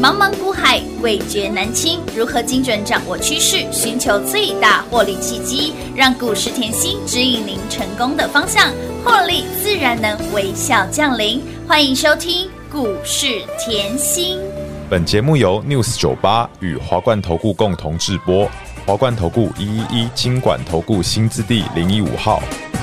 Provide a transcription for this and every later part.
茫茫股海，味觉难清。如何精准掌握趋势，寻求最大获利契机，让股市甜心指引您成功的方向，获利自然能微笑降临。欢迎收听股市甜心。 本节目由 News98 与华冠投顾共同制播，华冠投顾111金管投顾新字第015号。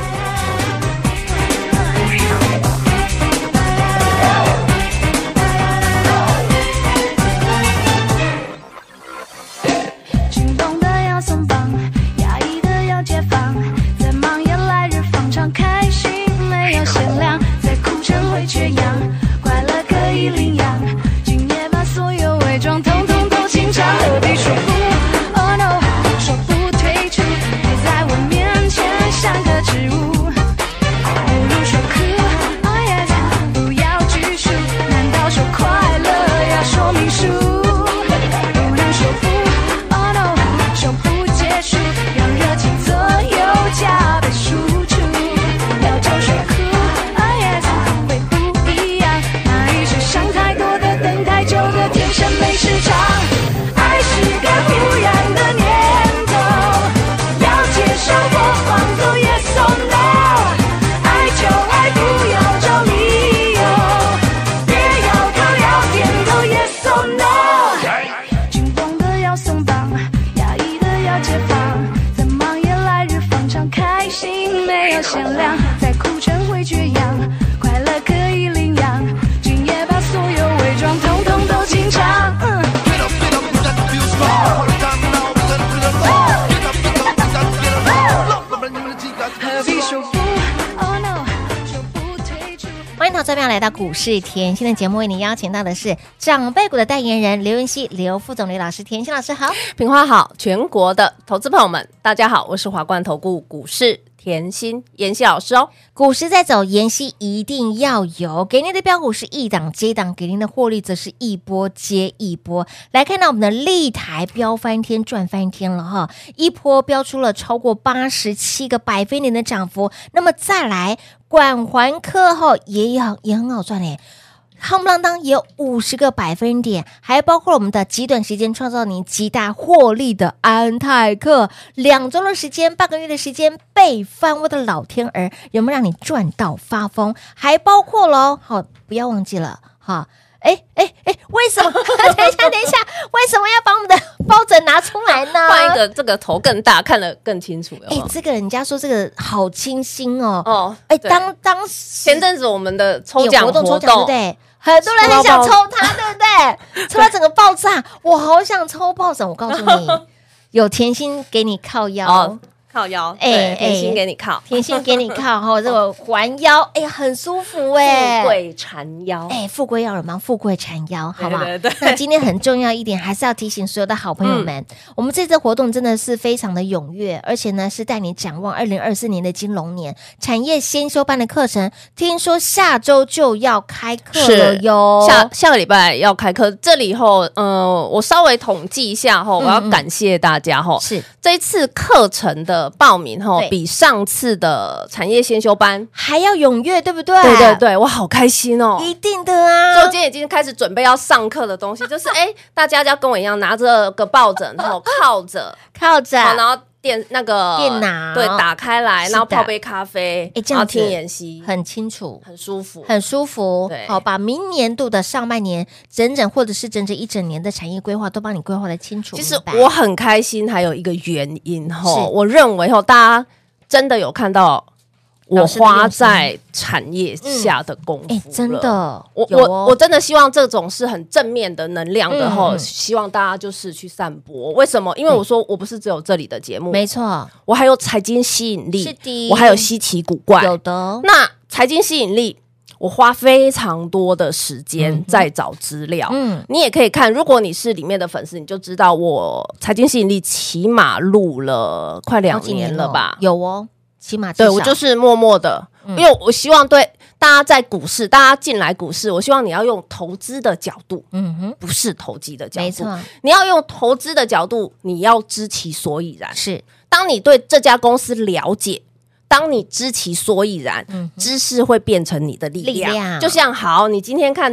这边来到股市甜心的节目，为你邀请到的是长辈股的代言人刘文熙、刘副总、刘老师。甜心老师好， 品花好，全国的投资朋友们大家好，我是华冠投顾股市甜心妍希老师哦。 股市在走，妍希一定要有，给您的标股是一档接一档，给您的获利则是一波接一波。来看到我们的立台飙翻天，赚翻天了哈，一波飙出了超过87个百分点的涨幅。那么再来管环科后也很好赚嘞。夯不啷当也有50个百分点，还包括我们的极短时间创造您极大获利的安泰克，2周的时间、8个月的时间被翻，我的老天儿，有没有让你赚到发疯？还包括咯，好，不要忘记了哈。为什么？等一下，为什么要把我们的抱枕拿出来呢？ 换一个，这个头更大，看得更清楚。 这个人家说这个好清新哦。当时前阵子我们的抽奖活动， 对不对？很多人很想抽它，对不对？抽到整个爆炸，我好想抽抱枕。我告诉你，有甜心给你靠腰。 靠腰，甜心给你靠， 甜心给你靠哈，这个环腰，很舒服富贵缠腰， 富贵要人帮，富贵缠腰，好吗？ 对。 那今天很重要一点，还是要提醒所有的好朋友们，我们这次活动真的是非常的踊跃，而且呢是带你展望2024年的金龙年产业先修班的课程，听说下周就要开课了哟， 下个礼拜要开课。这里后，我稍微统计一下后，我要感谢大家后，是这一次课程的报名比上次的产业先修班还要踊跃，对不对？ 对，我好开心哦！ 一定的啊！ 所以我今天已经开始准备要上课的东西，就是大家要跟我一样拿着个抱枕，然后靠着，然后电脑对打开来，然后泡杯咖啡， 这样子听妍希， 很清楚， 很舒服。 对，好，把明年度的上半年或者是整整一整年的产业规划都帮你规划的清楚。 其实我很开心，还有一个原因我认为大家真的有看到我花在产业下的功夫真的， 我真的希望这种是很正面的能量的希望大家就是去散播。为什么？因为我说我不是只有这里的节目， 没错， 我还有财经吸引力， 是的， 我还有稀奇古怪， 有的。 那财经吸引力，我花非常多的时间在找资料。你也可以看，如果你是里面的粉丝，你就知道我财经吸引力起码录了快2年了吧？ 有哦。起码对我就是默默的，因为我希望对大家在股市，大家进来股市，我希望你要用投资的角度，不是投机的角度，没错，你要用投资的角度，你要知其所以然。 是， 当你对这家公司了解，当你知其所以然，知识会变成你的力量。就像好，你今天看到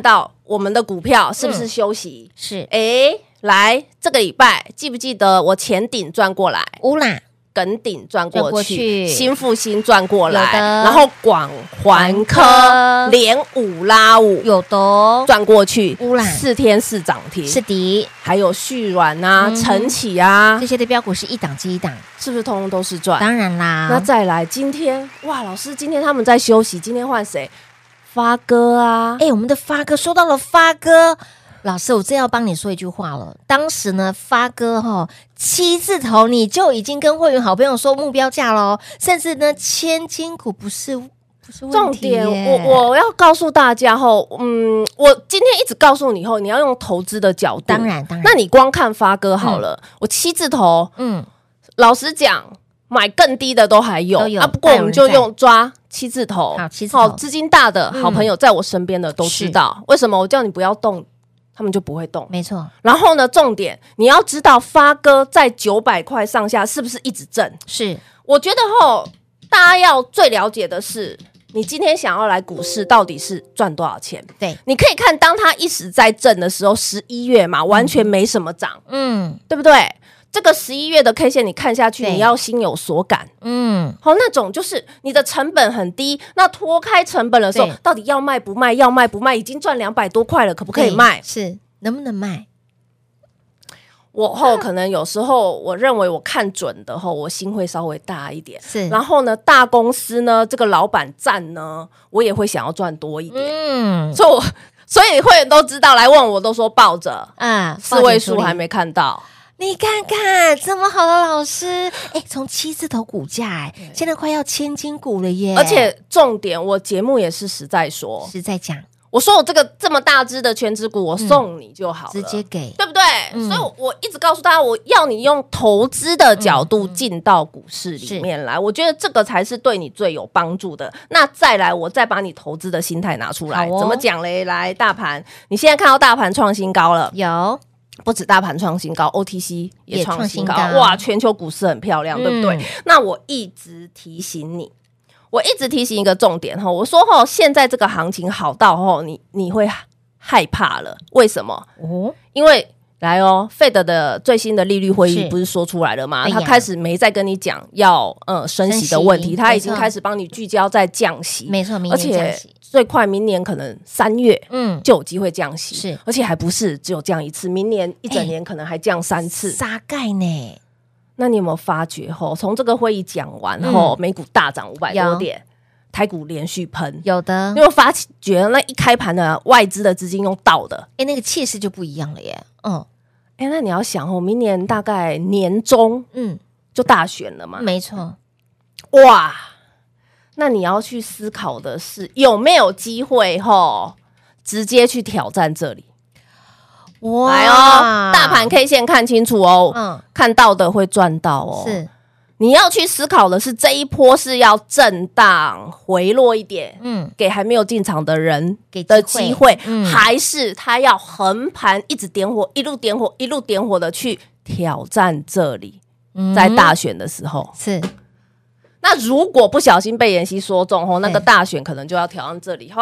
我们的股票是不是休息？ 是来这个礼拜记不记得我前顶转过来， 乌啦， 耿鼎转转过过去， 去新复兴转过来， 有的然后广环科环科连5拉5 有的哦， 转过去乌啦 ，4天4涨停， 是的， 还有旭软啊、 嗯哼晨起啊这，些的标股是一档接一档， 是不是通通都是赚？ 当然啦， 那再来，今天哇，老师，今天他们在休息，今天换谁？发哥啊， 我们的发哥说到了发哥。老师，我真要帮你说一句话了。当时呢，发哥7字头你就已经跟会员好朋友说目标价了，甚至呢，千金股不是问重题耶点，我要告诉大家我今天一直告诉你你要用投资的角度， 当然， 那你光看发哥好了，我7字头，老实讲，买更低的都还有都有不过我们就用抓7字头， 好7字头资金大的好朋友在我身边的都知道，为什么我叫你不要动，他们就不会动。 没错。 然后呢，重点你要知道，发哥在900块上下是不是一直震？ 是， 我觉得大家要最了解的是，你今天想要来股市，到底是赚多少钱？ 对， 你可以看，当它一时在震的时候，11月嘛，完全没什么涨，对不对？这个11月的 K 线你看下去， 对你要心有所感。那种就是你的成本很低，那脱开成本的时候对， 到底要卖不卖？要卖不卖？已经赚200多块了，可不可以卖？ 是，能不能卖？ 我可能有时候我认为我看准的我心会稍微大一点。 是， 然后呢，大公司呢，这个老板占呢，我也会想要赚多一点。所以会员都知道，来问我都说抱着4位数还没看到。 你看看这么好的老师，从7字头股价，现在快要千金股了耶！ 而且重点，我节目也是实在说， 实在讲， 我说我这个这么大只的全指股，我送你就好了， 直接给， 对不对？所以我一直告诉大家，我要你用投资的角度进到股市里面来，我觉得这个才是对你最有帮助的。那再来，我再把你投资的心态拿出来，怎么讲嘞？来，大盘，你现在看到大盘创新高了， 有。 不止大盘创新高 ，OTC 也创新高，哇！全球股市很漂亮，对不对？那我一直提醒你，一个重点我说现在这个行情好到你会害怕了，为什么？因为来Fed 的最新的利率会议不是说出来了吗？他开始没再跟你讲要升息的问题，他已经开始帮你聚焦在降息， 没错，明年降息。 最快明年可能3月就有机会降息， 是， 而且还不是只有降一次，明年一整年可能还降3次， 撒盖呢？ 那你有没有发觉从这个会议讲完美股大涨500多点，台股连续喷？ 有的， 你有没有发觉那一开盘的外资的资金用倒的？ 那个气势就不一样了耶。 那你要想明年大概年中就大选了嘛？ 没错， 哇！那你要去思考的是有没有机会直接去挑战这里。哇！来大盘 K 线看清楚看到的会赚到是， 你要去思考的是这一波是要震荡回落一点，给还没有进场的人的机会，还是他要横盘一直点火，一路点火，一路点火的去挑战这里？在大选的时候是。 那如果不小心被妍希说中那个大选可能就要挑战这里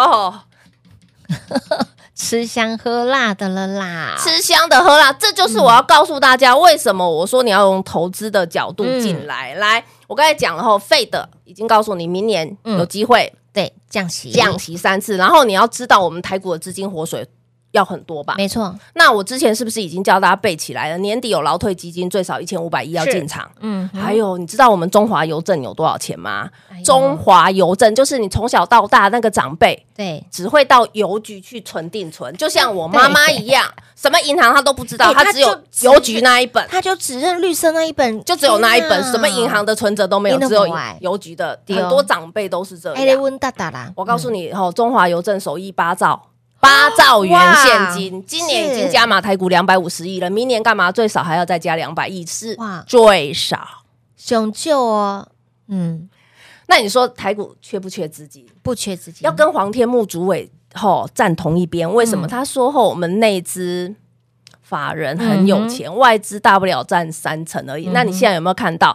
吃香喝辣的了啦， 吃香的喝辣，这就是我要告诉大家为什么我说你要用投资的角度进来。来，我刚才讲了Fed已经告诉你明年有机会对降息 3次，然后你要知道我们台股的资金活水要很多吧？ 没错。 那我之前是不是已经教大家背起来了？年底有劳退基金最少1500亿要进场。还有你知道我们中华邮政有多少钱吗？中华邮政就是你从小到大那个长辈， 对， 只会到邮局去存定存，就像我妈妈一样，什么银行她都不知道，她只有邮局那一本， 她就只认绿色那一本， 就只有那一本，什么银行的存折都没有，只有邮局的。很多长辈都是这样。我告诉你中华邮政首亿8兆元现金，今年已经加码台股250亿了，明年干嘛？最少还要再加200亿，是最少。 雄就那你说台股缺不缺资金？ 不缺资金， 要跟黄天木主委站同一边。为什么？他说我们内资法人很有钱，外资大不了占3成而已。那你现在有没有看到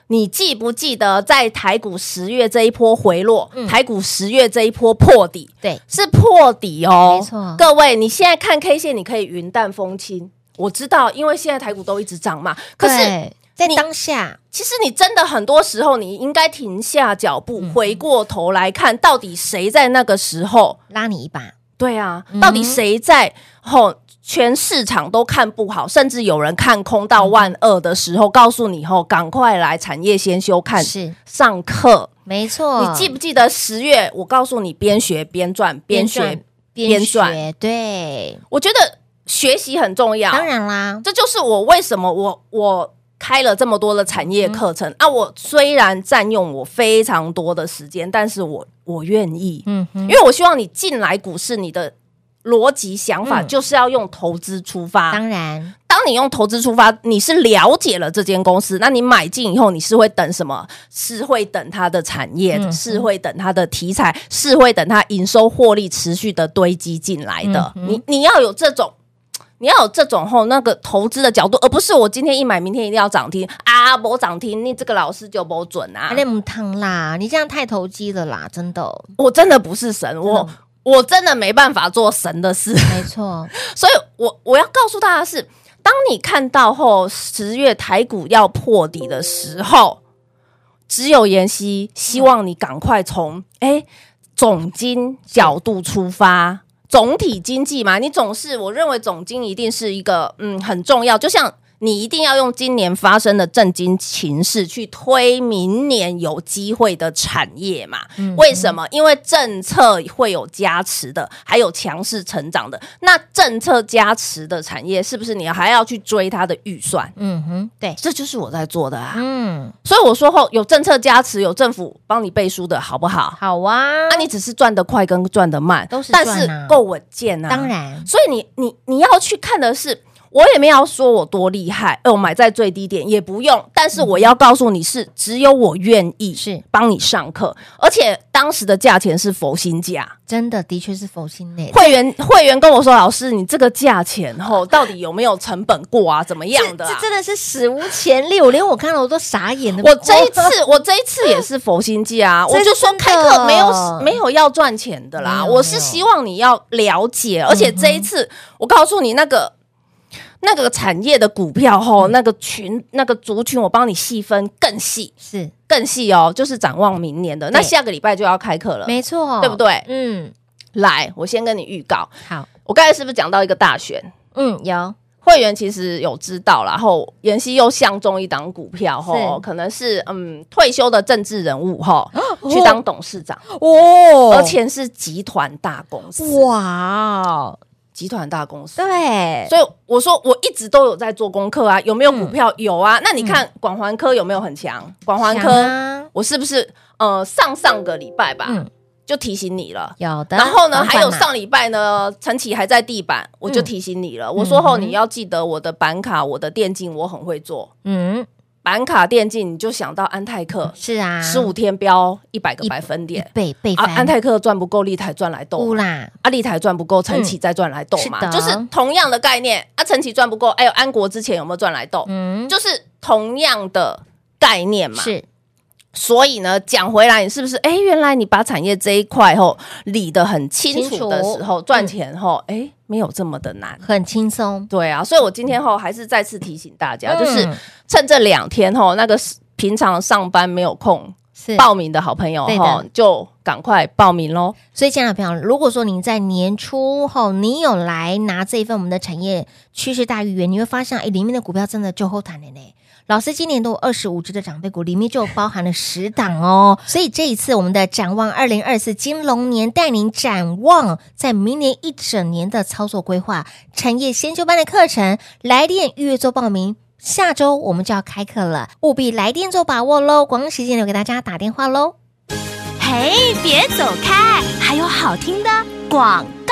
你记不记得在台股10月这一波回落，台股10月这一波破底， 对， 是破底哦， 没错。 各位，你现在看 K 线，你可以云淡风轻。我知道，因为现在台股都一直涨嘛，可是在当下， 其实你真的很多时候，你应该停下脚步，回过头来看，到底谁在那个时候拉你一把？ 对啊，到底谁在全市场都看不好，甚至有人看空到12000的时候，告诉你赶快来产业先修看上课。 没错， 你记不记得10月我告诉你边学边赚，边学边赚？ 对， 我觉得学习很重要， 当然啦， 这就是我为什么我开了这么多的产业课程啊。我虽然占用我非常多的时间，但是我愿意，因为我希望你进来股市，你的逻辑想法就是要用投资出发。 当然， 当你用投资出发，你是了解了这间公司，那你买进以后，你是会等什么？是会等它的产业，是会等它的题材，是会等它营收获利持续的堆积进来的。你要有这种。你要有这种那个投资的角度，而不是我今天一买，明天一定要涨停啊！不涨停，你这个老师就不准啊！ 你唔烫啦，你这样太投机了啦，真的。 我真的不是神，我真的没办法做神的事， 没错。 所以我要告诉大家是，当你看到10月台股要破底的时候，只有妍希希望你赶快从总经角度出发。总体经济嘛，我认为总经一定是一个很重要，就像你一定要用今年发生的政经情势去推明年有机会的产业嘛。为什么？因为政策会有加持的，还有强势成长的。那政策加持的产业，是不是你还要去追它的预算？对，这就是我在做的啊。所以我说有政策加持，有政府帮你背书的好不好？ 好啊。 你只是赚得快跟赚得慢， 都是赚啊， 但是够稳健啊。 当然， 所以你要去看的是。我也没有说我多厉害，我买在最低点也不用，但是我要告诉你是只有我愿意是帮你上课，而且当时的价钱是佛心价， 真的的确是佛心内。 会员跟我说，老师你这个价钱到底有没有成本过啊？怎么样的、啊？ 这真的是史无前例，连我看了我都傻眼了。 我这一次也是佛心价啊，我就说开课没有要赚钱的啦，我是希望你要了解，而且这一次我告诉你那个产业的股票那个族群，我帮你细分更细哦，就是展望明年的。那下个礼拜就要开课了， 没错， 对不对？来，我先跟你预告。 好， 我刚才是不是讲到一个大选？ 有会员其实有知道啦，然后妍希又相中一档股票可能是退休的政治人物去当董事长而且是集团大公司。 哇！ 集团大公司， 对， 所以我说我一直都有在做功课啊，有没有股票？有啊，那你看广环科有没有很强？广环科，我是不是上个礼拜吧，就提醒你了， 有的。 然后呢，还有上礼拜呢，陈启还在地板，我就提醒你了，我说你要记得我的板卡，我的电竞我很会做，板卡电竞，你就想到安泰克， 是啊 ，15天飙100个百分点， 倍翻。 安泰克赚不够，立台赚来斗啦， 立台赚不够，陈启再赚来斗嘛，就是同样的概念。陈启赚不够，安国之前有没有赚来斗？就是同样的概念嘛。是。所以呢，讲回来，你是不是原来你把产业这一块理得很清楚的时候，赚钱没有这么的难， 很轻松。 对啊，所以我今天还是再次提醒大家，就是趁这2天那个平常上班没有空报名的好朋友就赶快报名咯。 所以，亲爱的朋友，如果说您在年初你有来拿这一份我们的产业趋势大预言，你会发现里面的股票真的就后谈的呢。老师今年都有25只的长辈股，里面就包含了10档哦。所以这一次我们的展望2024金龙年，带您展望在明年一整年的操作规划，产业先修班的课程，来电预约做报名。下周我们就要开课了，务必来电做把握喽！广告时间留给大家打电话喽。 嘿，别走开，还有好听的广告。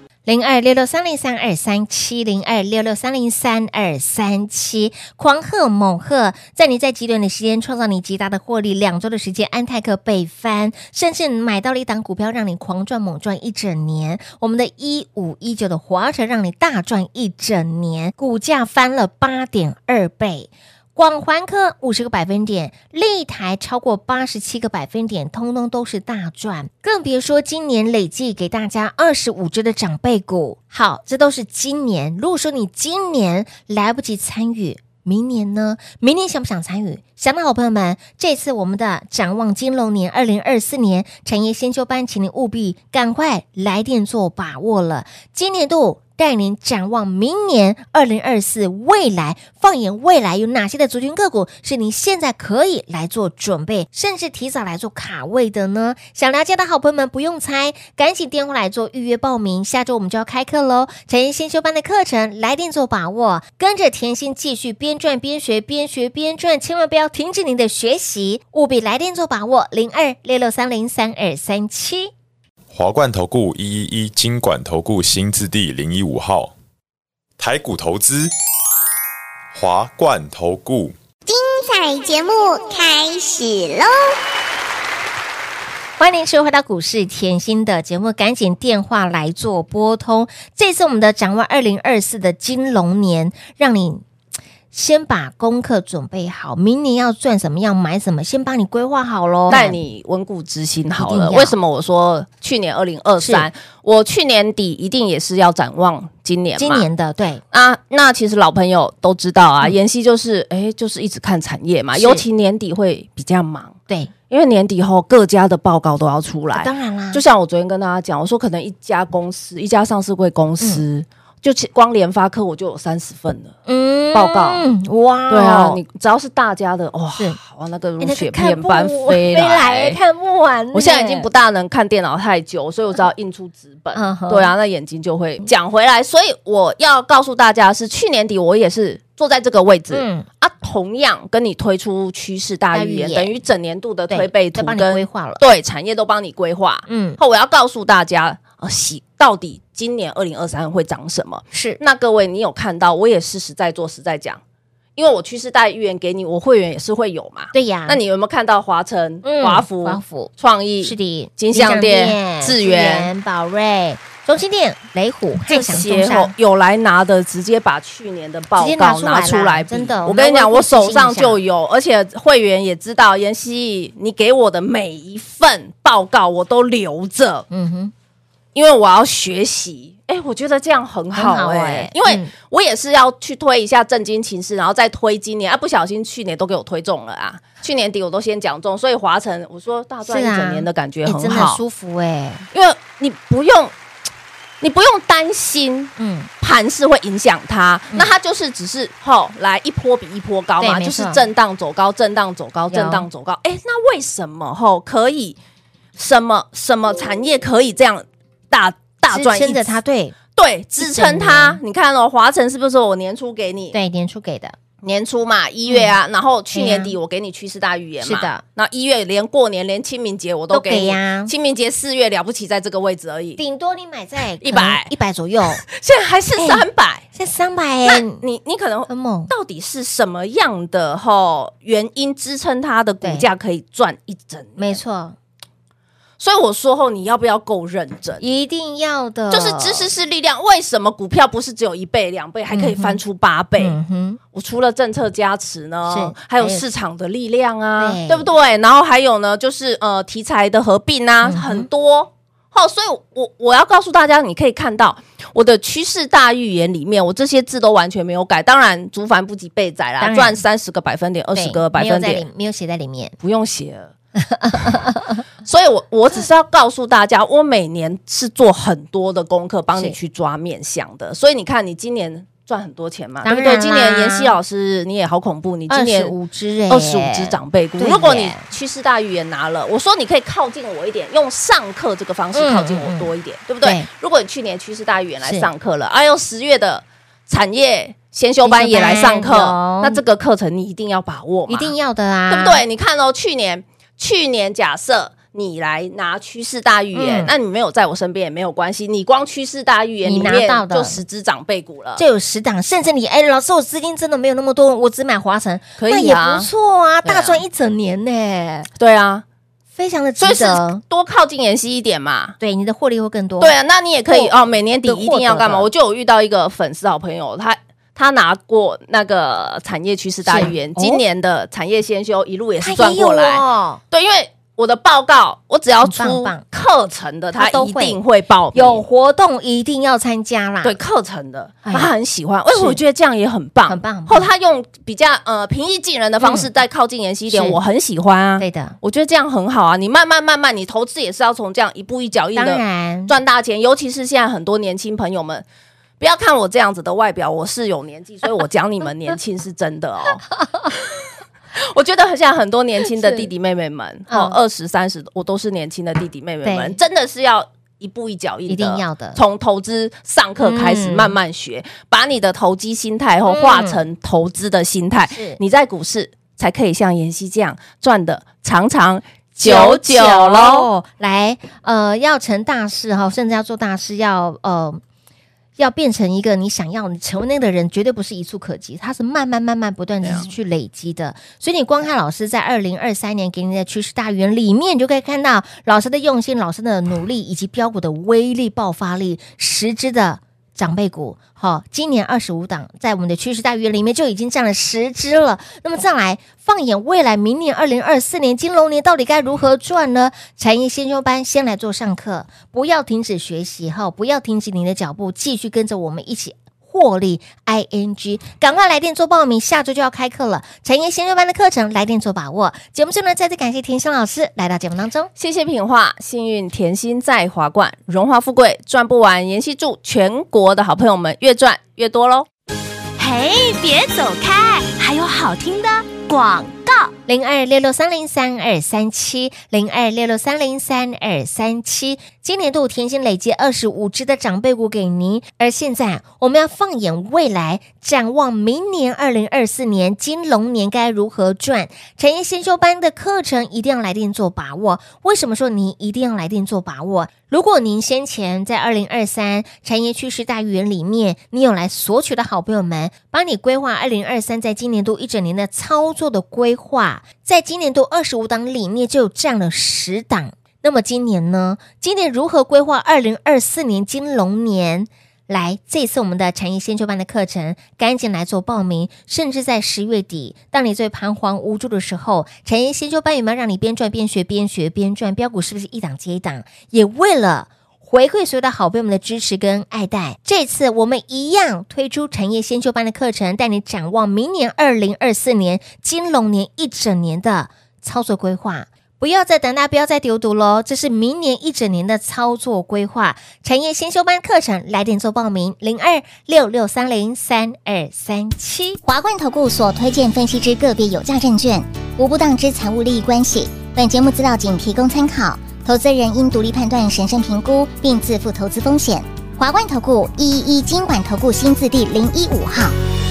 0266303237，0266303237，狂贺猛贺，在你在极短的时间创造你极大的获利，2周的时间安泰克倍翻，甚至买到了一档股票让你狂赚猛赚一整年。我们的1519的华晨让你大赚一整年，股价翻了8.2倍。 广环科50个百分点，立台超过87个百分点，通通都是大赚，更别说今年累计给大家25只的长辈股。好，这都是今年。如果说你今年来不及参与，明年呢？明年想不想参与？想的好朋友们，这次我们的展望金龙年2024年产业先修班，请您务必赶快来电做把握了。今年度带您展望明年2024未来，放眼未来有哪些的族群个股是您现在可以来做准备，甚至提早来做卡位的呢？想了解的好朋友们不用猜，赶紧电话来做预约报名，下周我们就要开课喽！产业先修班的课程，来电做把握，跟着甜心继续边赚边学，边学边赚，千万不要停止您的学习，务必来电做把握0266303237。 华冠投顾111金管投顾新字第015号，台股投资，华冠投顾。 彩节目开始喽！ 欢迎您收回到股市甜心的节目，赶紧电话来做拨通。这次我们的展望2024的金龙年，让你先把功课准备好，明年要赚什么样买什么，先帮你规划好咯， 带你稳固执行好了。 一定要为什么我说去年2023，我去年底一定也是要展望今年嘛？ 今年的对啊，那其实老朋友都知道啊，妍希就是就是一直看产业嘛，尤其年底会比较忙， 对， 因为年底后各家的报告都要出来， 当然啦， 就像我昨天跟大家讲，我说可能一家公司，一家上市柜公司。就光联发科我就有30份了，报告哇，对啊，你只要是大家的哇，哇那个如雪片般飞来， 看不完。 我现在已经不大能看电脑太久，所以我只要印出纸本，对啊，那眼睛就会讲回来。所以我要告诉大家是，去年底我也是坐在这个位置，同样跟你推出趋势大预言，等于整年度的推背图跟规划了， 对，产业都帮你规划。后我要告诉大家，到底今年2023会涨什么？是那各位，你有看到？我也是实在做实在讲，因为我趋势大预言给你，我会员也是会有嘛。 对呀， 那你有没有看到华城、华孚、创意、 是的、 金像店、智源、 宝瑞、中兴电、雷虎、汉翔、中山有来拿的，直接把去年的报告拿出来比， 真的， 我跟你讲，我手上就有，而且会员也知道，妍希，你给我的每一份报告我都留着，因为我要学习。我觉得这样很好因为我也是要去推一下政经情势，然后再推今年不小心去年都给我推中了啊，去年底我都先讲中，所以华城我说大赚一整年的感觉很好， 真的舒服因为你不用担心盘势会影响它，那它就是只是来一波比一波高嘛，就是震荡走高，震荡走高，震荡走高。那为什么可以什么产业可以这样大赚， 支撑着它？对， 支撑它。你看华城是不是我年初给你？ 对，年初给的， 年初嘛，1月啊，然后去年底我给你趋势大预言嘛，是的。那1月连过年连清明节我都给呀，清明节4月了不起，在这个位置而已， 顶多你买在 100 左右， 现在还是300， 现在300 那你可能到底是什么样的原因支撑它的股价可以赚一整年？ 没错。 所以我说你要不要够认真？ 一定要的， 就是知识是力量。为什么股票不是只有1倍、2倍，还可以翻出8倍？我除了政策加持呢，还有市场的力量啊，对不对？然后还有呢，就是题材的合并啊，很多。所以我要告诉大家，你可以看到我的趋势大预言里面，我这些字都完全没有改。当然，竹凡不及备载啦，赚30个百分点、20个百分点， 没有写在里面， 不用写了。所以我只是要告诉大家，我每年是做很多的功课帮你去抓面向的，所以你看你今年赚很多钱嘛，对不对？今年妍希老师你也好恐怖，你今年 25 只长辈股，如果你趋势大预言拿了，我说你可以靠近我一点，用上课这个方式靠近我多一点，对不对？如果你去年趋势大预言来上课了10月的产业先修班也来上课，那这个课程你一定要把握嘛， 一定要的啊， 对不对？你看去年假设你来拿趋势大预言，那你没有在我身边也没有关系，你光趋势大预言里面就10只长辈股了， 就有10档，甚至你老师我资金真的没有那么多，我只买华城， 可以啊， 那也不错啊，大赚一整年呢。 对啊， 非常的值得， 所以是多靠近妍希一点嘛， 对，你的获利会更多。 对啊，那你也可以每年底一定要干嘛？我就有遇到一个粉丝好朋友， 他拿过那个产业趋势大预言，今年的产业先修一路也是赚过来。对，因为我的报告，我只要出课程的，他一定会报名， 有活动一定要参加啦。 对，课程的他很喜欢，我觉得这样也很棒， 很棒。 后他用比较平易近人的方式，再靠近妍希一点，我很喜欢啊。 对的， 我觉得这样很好啊。你慢慢，你投资也是要从这样一步一脚印的赚大钱，尤其是现在很多年轻朋友们。不要看我这样子的外表，我是有年纪，所以我讲你们年轻是真的哦。我觉得现在很多年轻的弟弟妹妹们，20、30，我都是年轻的弟弟妹妹们，真的是要一步一脚印的， 一定要的。 从投资上课开始慢慢学，把你的投机心态后化成投资的心态，你在股市才可以像妍希这样赚的长长久久喽。 来，要成大事哈，甚至要做大事，要变成一个你想要你成为那个人，绝对不是一触可及，它是慢慢不断的去累积的。所以你光看老师在2023年给你的趋势大预言里面，你就可以看到老师的用心、老师的努力以及标股的威力、爆发力，10只的长辈股。好，今年25档在我们的趋势大预言里面就已经占了10只了。那么再来放眼未来，明年2024年金龙年到底该如何赚呢？产业先修班先来做上课，不要停止学习哈，不要停止你的脚步，继续跟着我们一起获利 ING， 赶快来电做报名，下周就要开课了。产业先修班的课程，来电做把握。节目最后呢，再次感谢甜心老师来到节目当中， 谢谢品画，幸运甜心在华冠，荣华富贵赚不完。妍希祝全国的好朋友们越赚越多喽！ 嘿，别走开，还有好听的广告。 0266303237，0266303237。今年度甜心累积25只的长辈股给您，而现在我们要放眼未来，展望明年2024年金龙年该如何赚。产业先修班的课程一定要来电做把握。为什么说你一定要来电做把握？如果您先前在2023产业趋势大预言里面，你有来索取的好朋友们，帮你规划2023在今年度一整年的操作的规划，在今年度25档里面就有占了10档。那么今年呢？今年如何规划2024年金龙年？来，这次我们的产业先修班的课程，赶紧来做报名。甚至在10月底，当你最彷徨无助的时候，产业先修班有没有让你边赚边学，边学边赚？标股是不是一档接一档？也为了回馈所有的好朋友们的支持跟爱戴，这次我们一样推出产业先修班的课程，带你展望明年2024年金龙年一整年的操作规划。不要再等待，不要再丢毒咯，这是明年一整年的操作规划。产业先修班课程，来电做报名，0266303237。 华冠投顾所推荐分析之个别有价证券，无不当之财务利益关系。本节目资料仅提供参考，投资人应独立判断、审慎评估，并自负投资风险。华冠投顾111金管投顾新字第015号。